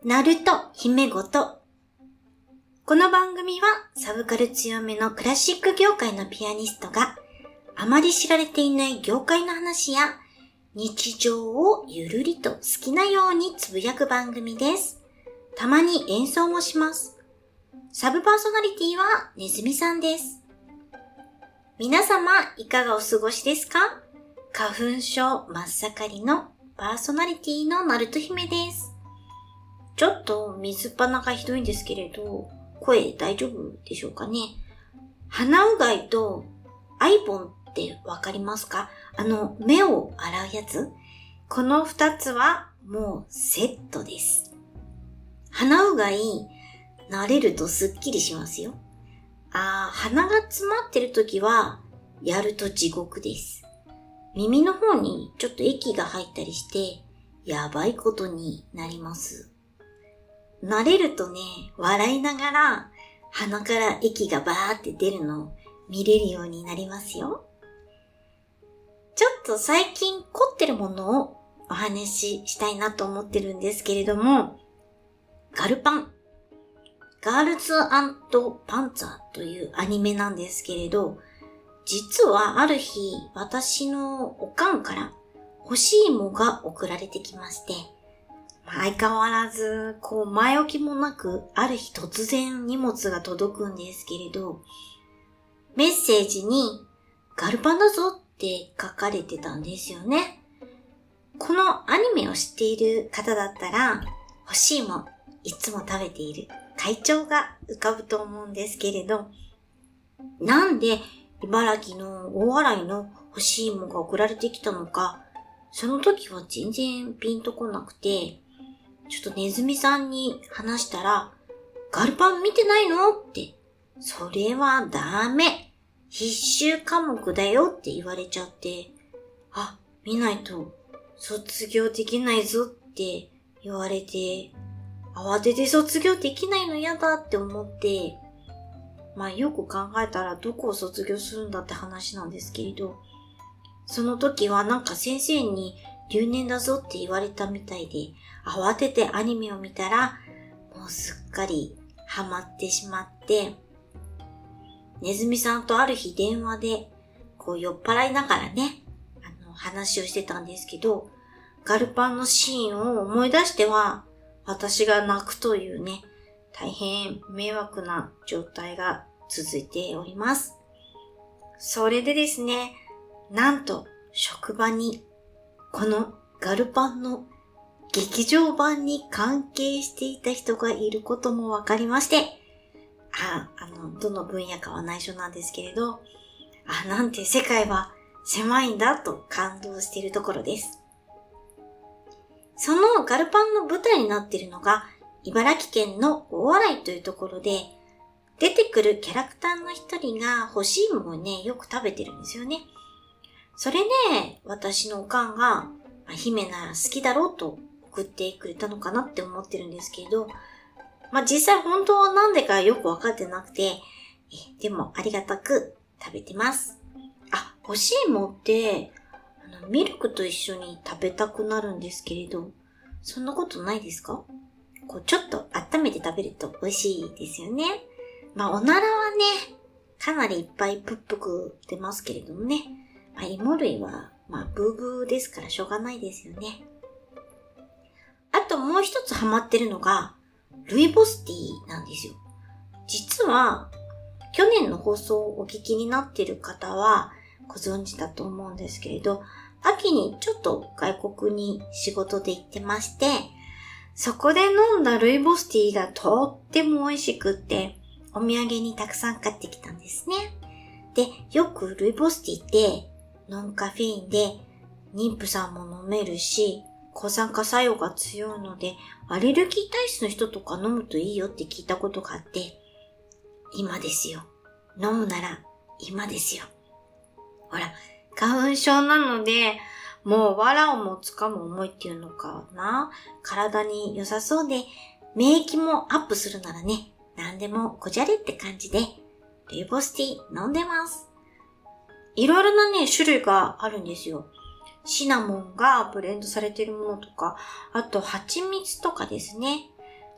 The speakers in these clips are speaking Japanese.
ナルト姫ごと。この番組はサブカル強めのクラシック業界のピアニストがあまり知られていない業界の話や日常をゆるりと好きなようにつぶやく番組です。たまに演奏もします。サブパーソナリティはねずみさんです。皆様いかがお過ごしですか？花粉症真っ盛りのパーソナリティのナルト姫です。ちょっと水っ鼻がひどいんですけれど、声大丈夫でしょうかね。鼻うがいとアイボンってわかりますか？目を洗うやつ？この二つはもうセットです。鼻うがい、慣れるとすっきりしますよ。鼻が詰まってるときは、やると地獄です。耳の方にちょっと液が入ったりして、やばいことになります。慣れるとね、笑いながら鼻から液がバーって出るのを見れるようになりますよ。ちょっと最近凝ってるものをお話ししたいなと思ってるんですけれども、ガルパン、ガールズ&パンツァーというアニメなんですけれど、実はある日私のおかんから干し芋が送られてきまして、相変わらず、前置きもなく、ある日突然荷物が届くんですけれど、メッセージに、ガルパンだぞって書かれてたんですよね。このアニメを知っている方だったら、欲しいもいつも食べている会長が浮かぶと思うんですけれど、なんで茨城の大洗の欲しいもが送られてきたのか、その時は全然ピンとこなくて、ちょっとねずみさんに話したら、ガルパン見てないのって、それはダメ。必修科目だよって言われちゃって、見ないと卒業できないぞって言われて、慌てて卒業できないのやだって思って、よく考えたらどこを卒業するんだって話なんですけれど、その時はなんか先生に留年だぞって言われたみたいで、慌ててアニメを見たら、もうすっかりハマってしまって、ねずみさんとある日電話で、酔っ払いながらね、話をしてたんですけど、ガルパンのシーンを思い出しては、私が泣くというね、大変迷惑な状態が続いております。それでですね、なんと職場にこのガルパンの劇場版に関係していた人がいることも分かりまして、どの分野かは内緒なんですけれど、なんて世界は狭いんだと感動しているところです。そのガルパンの舞台になっているのが茨城県の大洗というところで、出てくるキャラクターの一人が干し芋をね、よく食べてるんですよね。それね、私のおかんが、姫なら好きだろうと送ってくれたのかなって思ってるんですけど、実際本当はなんでかよくわかってなくて、でもありがたく食べてます。干し芋って、ミルクと一緒に食べたくなるんですけれど、そんなことないですか？ちょっと温めて食べると美味しいですよね。おならはね、かなりいっぱいプップク出ますけれどもね。芋類は、ブーブーですからしょうがないですよね。あともう一つハマってるのが、ルイボスティーなんですよ。実は、去年の放送をお聞きになっている方はご存知だと思うんですけれど、秋にちょっと外国に仕事で行ってまして、そこで飲んだルイボスティーがとっても美味しくって、お土産にたくさん買ってきたんですね。で、よくルイボスティーってノンカフェインで妊婦さんも飲めるし、抗酸化作用が強いので、アレルギー体質の人とか飲むといいよって聞いたことがあって、今ですよ。飲むなら今ですよ。ほら、花粉症なので、もう藁をもつかむ思いっていうのかな。体に良さそうで、免疫もアップするならね、何でもこじゃれって感じで、ルイボスティー飲んでます。いろいろなね、種類があるんですよ。シナモンがブレンドされているものとか、あと蜂蜜とかですね。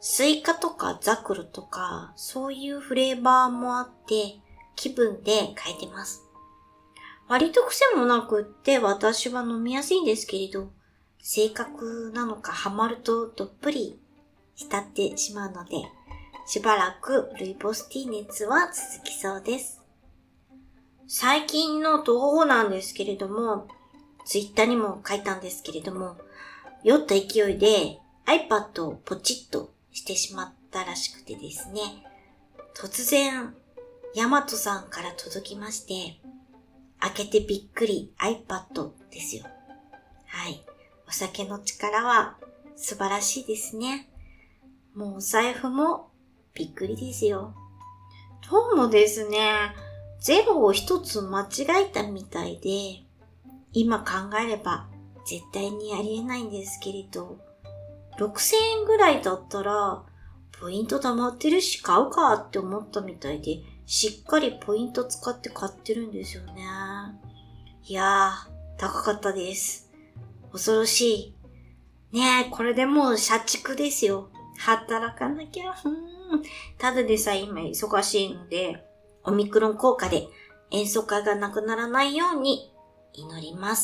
スイカとかザクロとか、そういうフレーバーもあって、気分で変えてます。割と癖もなくって私は飲みやすいんですけれど、性格なのかハマるとどっぷり浸ってしまうので、しばらくルイボスティー熱は続きそうです。最近の投稿なんですけれども、ツイッターにも書いたんですけれども、酔った勢いで iPad をポチッとしてしまったらしくてですね、突然ヤマトさんから届きまして、開けてびっくり iPad ですよ。はい。お酒の力は素晴らしいですね。もうお財布もびっくりですよ。どうもですね、ゼロを一つ間違えたみたいで、今考えれば絶対にありえないんですけれど、6000円ぐらいだったら、ポイント貯まってるし買うかって思ったみたいで、しっかりポイント使って買ってるんですよね。いやー、高かったです。恐ろしい。ねえ、これでもう社畜ですよ。働かなきゃ。ただでさえ今忙しいので、オミクロン効果で演奏会がなくならないように祈ります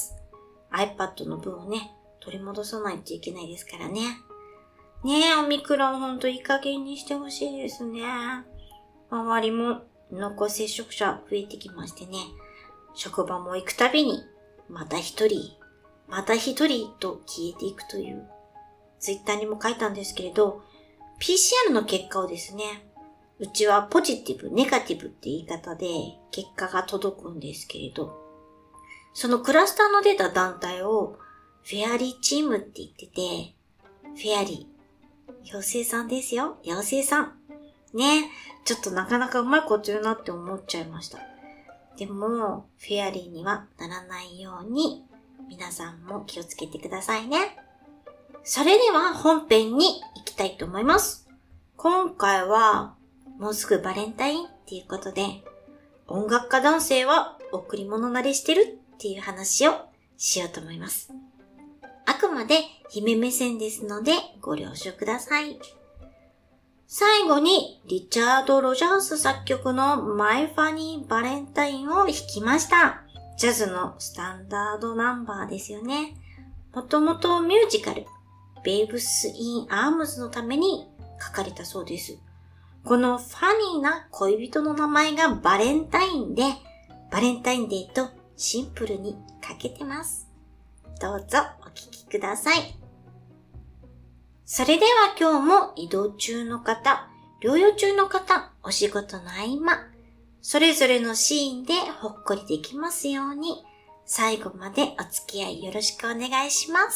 。iPad の分をね、取り戻さないといけないですからね。ねえ、オミクロンほんといい加減にしてほしいですね。周りも濃厚接触者増えてきましてね、職場も行くたびに、また一人と消えていくという、ツイッターにも書いたんですけれど、PCR の結果をですね、うちはポジティブ、ネガティブって言い方で結果が届くんですけれど、そのクラスターの出た団体をフェアリーチームって言ってて、フェアリー、妖精さんですよ、妖精さん。ね、ちょっとなかなかうまいこと言うなって思っちゃいました。でも、フェアリーにはならないように、皆さんも気をつけてくださいね。それでは本編に行きたいと思います。今回は、もうすぐバレンタインっていうことで、音楽家男性は贈り物慣れしてるっていう話をしようと思います。あくまで姫目線ですのでご了承ください。最後にリチャード・ロジャース作曲のマイ・ファニー・バレンタインを弾きました。ジャズのスタンダードナンバーですよね。もともとミュージカル、ベイブス・イン・アームズのために書かれたそうです。このファニーな恋人の名前がバレンタインで、バレンタインデーとシンプルにかけてます。どうぞお聴きください。それでは今日も移動中の方、療養中の方、お仕事の合間、それぞれのシーンでほっこりできますように、最後までお付き合いよろしくお願いします。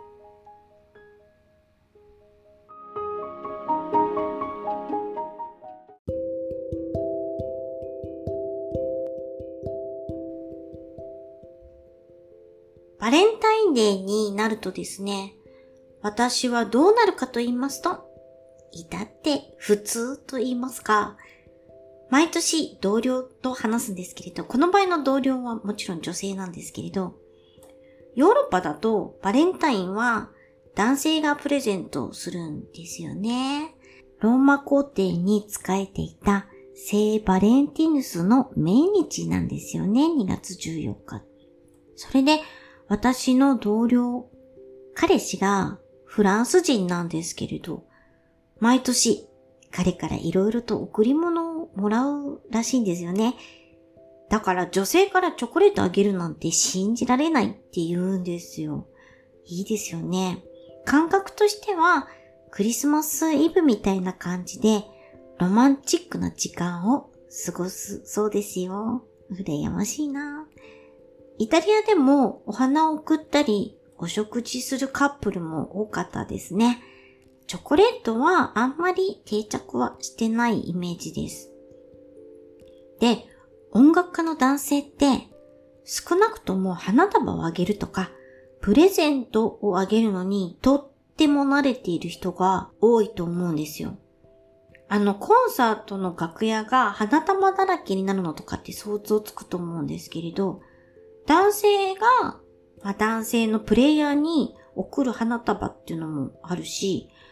バレンタインデーになるとですね、私はどうなるかと言いますと、至って普通と言いますか、毎年同僚と話すんですけれど、この場合の同僚はもちろん女性なんですけれど、ヨーロッパだとバレンタインは男性がプレゼントするんですよね。ローマ皇帝に仕えていた聖バレンティヌスの命日なんですよね、2月14日。それで私の同僚、彼氏がフランス人なんですけれど、毎年彼からいろいろと贈り物をもらうらしいんですよね。だから女性からチョコレートあげるなんて信じられないって言うんですよ。いいですよね。感覚としてはクリスマスイブみたいな感じでロマンチックな時間を過ごすそうですよ。羨ましいな。イタリアでもお花を贈ったりお食事するカップルも多かったですね。チョコレートはあんまり定着はしてないイメージです。で、音楽家の男性って少なくとも花束をあげるとかプレゼントをあげるのにとっても慣れている人が多いと思うんですよ。コンサートの楽屋が花束だらけになるのとかって想像つくと思うんですけれど、男性が、男性のプレイヤーに贈る花束っていうのもあるし、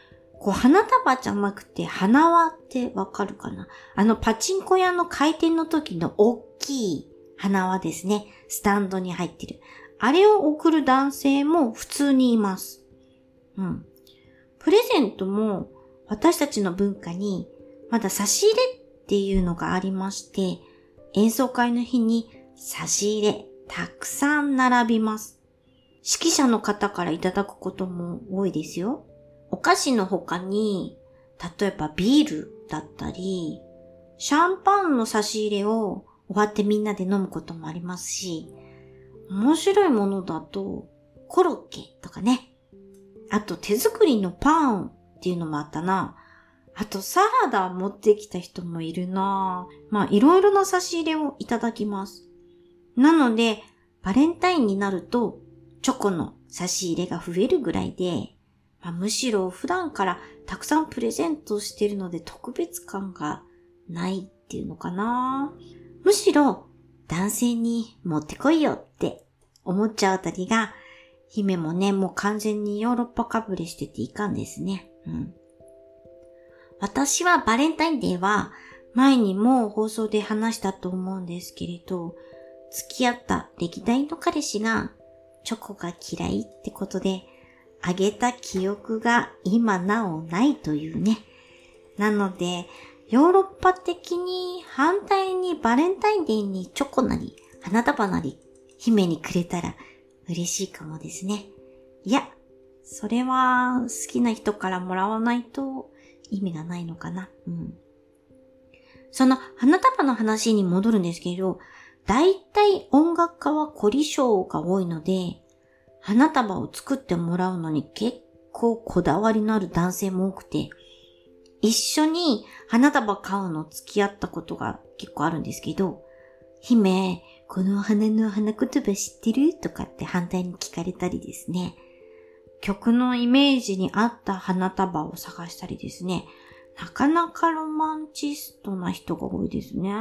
花束じゃなくて花輪ってわかるかな？パチンコ屋の開店の時の大きい花輪ですね。スタンドに入ってる。あれを送る男性も普通にいます。プレゼントも私たちの文化にまだ差し入れっていうのがありまして、演奏会の日に差し入れたくさん並びます。指揮者の方からいただくことも多いですよ。お菓子の他に、例えばビールだったり、シャンパンの差し入れを終わってみんなで飲むこともありますし、面白いものだとコロッケとかね。あと手作りのパンっていうのもあったな。あとサラダ持ってきた人もいるな。いろいろな差し入れをいただきます。なので、バレンタインになるとチョコの差し入れが増えるぐらいで、むしろ普段からたくさんプレゼントしてるので特別感がないっていうのかな。むしろ男性に持ってこいよって思っちゃうあたりが、姫もね、もう完全にヨーロッパかぶれしてていかんですね。私はバレンタインデーは前にも放送で話したと思うんですけれど、付き合った歴代の彼氏がチョコが嫌いってことで、あげた記憶が今なおないというね。なので、ヨーロッパ的に反対にバレンタインデーにチョコなり花束なり姫にくれたら嬉しいかもですね。いや、それは好きな人からもらわないと意味がないのかな。その花束の話に戻るんですけど、だいたい音楽家は凝り性が多いので、花束を作ってもらうのに結構こだわりのある男性も多くて、一緒に花束買うの付き合ったことが結構あるんですけど、姫、このお花の花言葉知ってる？とかって反対に聞かれたりですね。曲のイメージに合った花束を探したりですね。なかなかロマンチストな人が多いですね。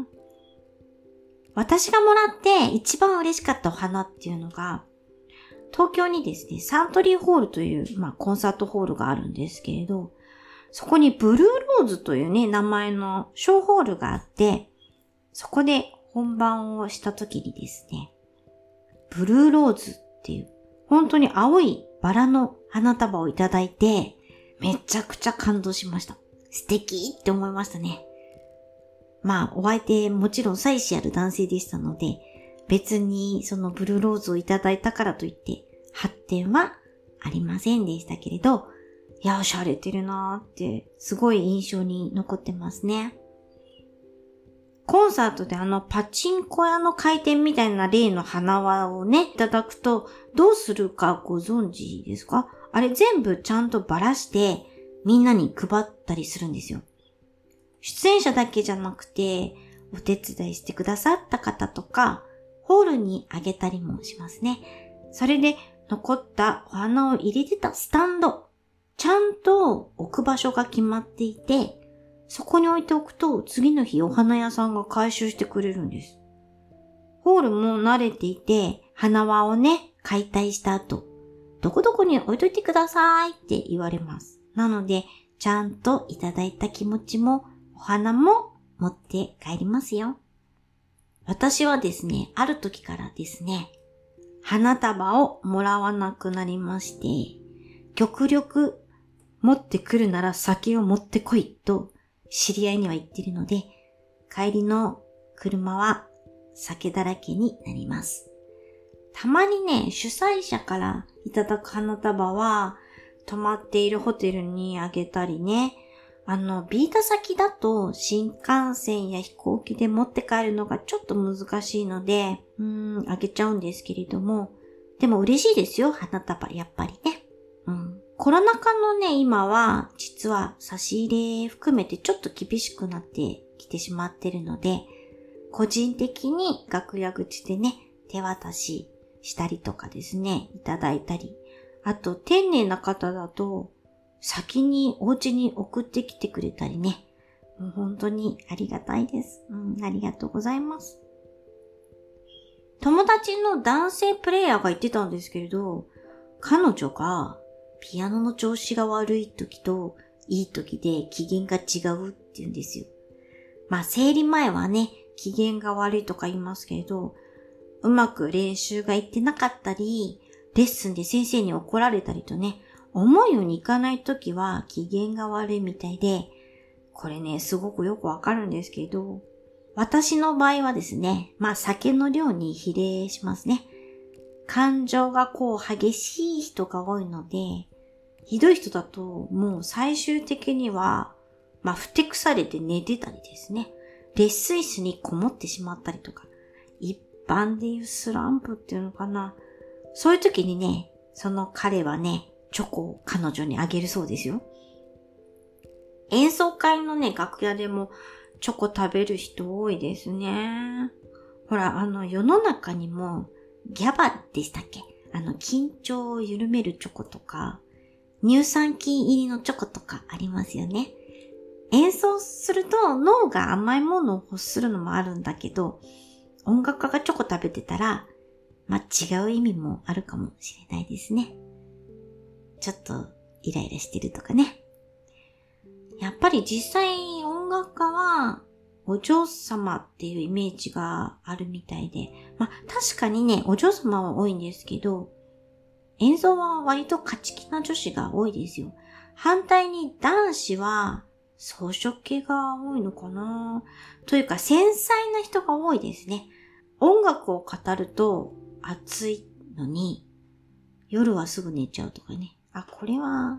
私がもらって一番嬉しかったお花っていうのが、東京にですね、サントリーホールという、コンサートホールがあるんですけれど、そこにブルーローズというね、名前の小ホールがあって、そこで本番をした時にですね、ブルーローズっていう、本当に青いバラの花束をいただいて、めちゃくちゃ感動しました。素敵って思いましたね。お相手もちろん妻子ある男性でしたので、別にそのブルーローズをいただいたからといって発展はありませんでしたけれど、いや、洒落てるなーってすごい印象に残ってますね。コンサートでパチンコ屋の開店みたいな例の花輪をね、いただくとどうするかご存知ですか？あれ全部ちゃんとばらしてみんなに配ったりするんですよ。出演者だけじゃなくてお手伝いしてくださった方とかホールにあげたりもしますね。それで残ったお花を入れてたスタンド、ちゃんと置く場所が決まっていて、そこに置いておくと次の日お花屋さんが回収してくれるんです。ホールも慣れていて、花輪をね、解体した後、どこどこに置いといてくださいって言われます。なので、ちゃんといただいた気持ちも、お花も持って帰りますよ。私はですね、ある時からですね、花束をもらわなくなりまして、極力持ってくるなら酒を持ってこいと知り合いには言ってるので、帰りの車は酒だらけになります。たまにね、主催者からいただく花束は、泊まっているホテルにあげたりね、ビータ先だと新幹線や飛行機で持って帰るのがちょっと難しいので、あげちゃうんですけれども、でも嬉しいですよ、花束、やっぱりね。コロナ禍のね、今は、実は差し入れ含めてちょっと厳しくなってきてしまってるので、個人的に楽屋口でね、手渡ししたりとかですね、いただいたり、あと丁寧な方だと、先にお家に送ってきてくれたりね。もう本当にありがたいです。ありがとうございます。友達の男性プレイヤーが言ってたんですけれど、彼女がピアノの調子が悪い時といい時で機嫌が違うって言うんですよ。生理前はね、機嫌が悪いとか言いますけれど、うまく練習がいってなかったり、レッスンで先生に怒られたりとね、思うようにいかない時は機嫌が悪いみたいで、これね、すごくよくわかるんですけど、私の場合はですね、酒の量に比例しますね。感情が激しい人が多いので、ひどい人だともう最終的には、ふてくされて寝てたりですね。レッスン室にこもってしまったりとか、一般でいうスランプっていうのかな。そういう時にね、その彼はね、チョコを彼女にあげるそうですよ。演奏会のね、楽屋でもチョコ食べる人多いですね。ほら、世の中にもギャバでしたっけ？緊張を緩めるチョコとか、乳酸菌入りのチョコとかありますよね。演奏すると脳が甘いものを欲するのもあるんだけど、音楽家がチョコ食べてたら、違う意味もあるかもしれないですね。ちょっとイライラしてるとかね。やっぱり実際音楽家はお嬢様っていうイメージがあるみたいで、確かにね、お嬢様は多いんですけど、演奏は割と勝ち気な女子が多いですよ。反対に男子は装飾系が多いのかなというか繊細な人が多いですね。音楽を語ると暑いのに夜はすぐ寝ちゃうとかね。これは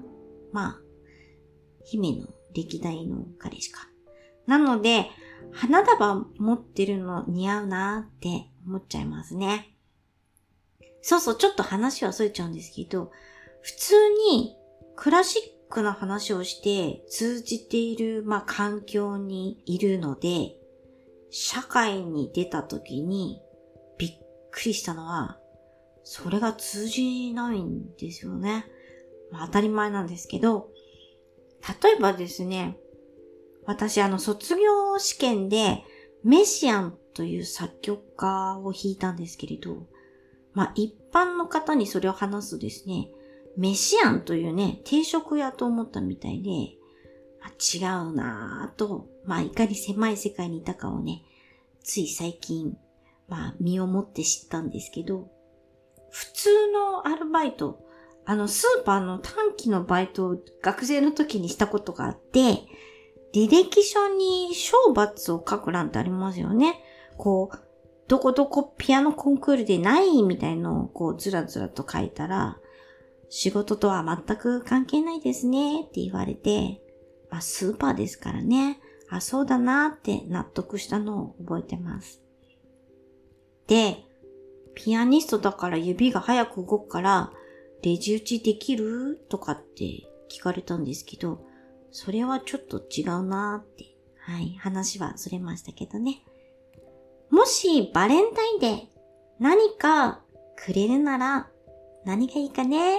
姫の歴代の彼氏か。なので花束持ってるの似合うなーって思っちゃいますね。そうそう、ちょっと話は逸れちゃうんですけど、普通にクラシックな話をして通じている、環境にいるので、社会に出た時にびっくりしたのは、それが通じないんですよね。当たり前なんですけど、例えばですね、私卒業試験でメシアンという作曲家を弾いたんですけれど、一般の方にそれを話すとですね、メシアンというね、定食屋と思ったみたいで、違うなぁと、いかに狭い世界にいたかをね、つい最近、身をもって知ったんですけど、普通のアルバイト、スーパーの短期のバイトを学生の時にしたことがあって、履歴書に賞罰を書く欄ってありますよね。どこどこピアノコンクールでないみたいのをずらずらと書いたら、仕事とは全く関係ないですねって言われて、スーパーですからね。そうだなって納得したのを覚えてます。で、ピアニストだから指が早く動くからレジ打ちできるとかって聞かれたんですけど、それはちょっと違うなって、話はそれましたけどね。もしバレンタインデー何かくれるなら何がいいかねって、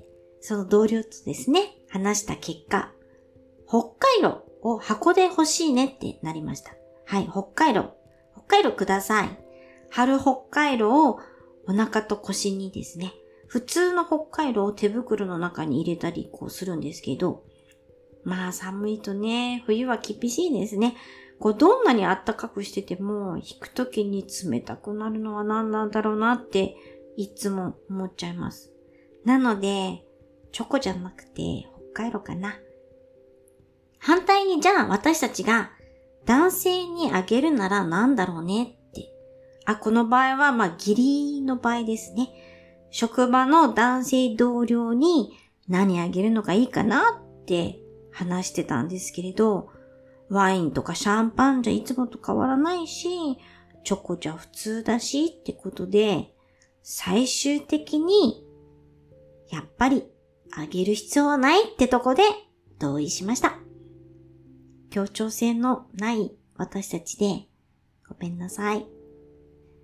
その同僚とですね、話した結果、北海道を箱で欲しいねってなりました。北海道ください。春北海道をお腹と腰にですね、普通の北海道を手袋の中に入れたりするんですけど、寒いとね、冬は厳しいですね。どんなに暖かくしてても、弾くときに冷たくなるのは何なんだろうなって、いつも思っちゃいます。なので、チョコじゃなくて、北海道かな。反対にじゃあ私たちが男性にあげるなら何だろうねって。この場合は義理の場合ですね。職場の男性同僚に何あげるのがいいかなって話してたんですけれど、ワインとかシャンパンじゃいつもと変わらないし、チョコじゃ普通だしってことで、最終的にやっぱりあげる必要はないってとこで同意しました。協調性のない私たちでごめんなさい。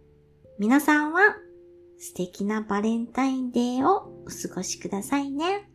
皆さんは素敵なバレンタインデーをお過ごしくださいね。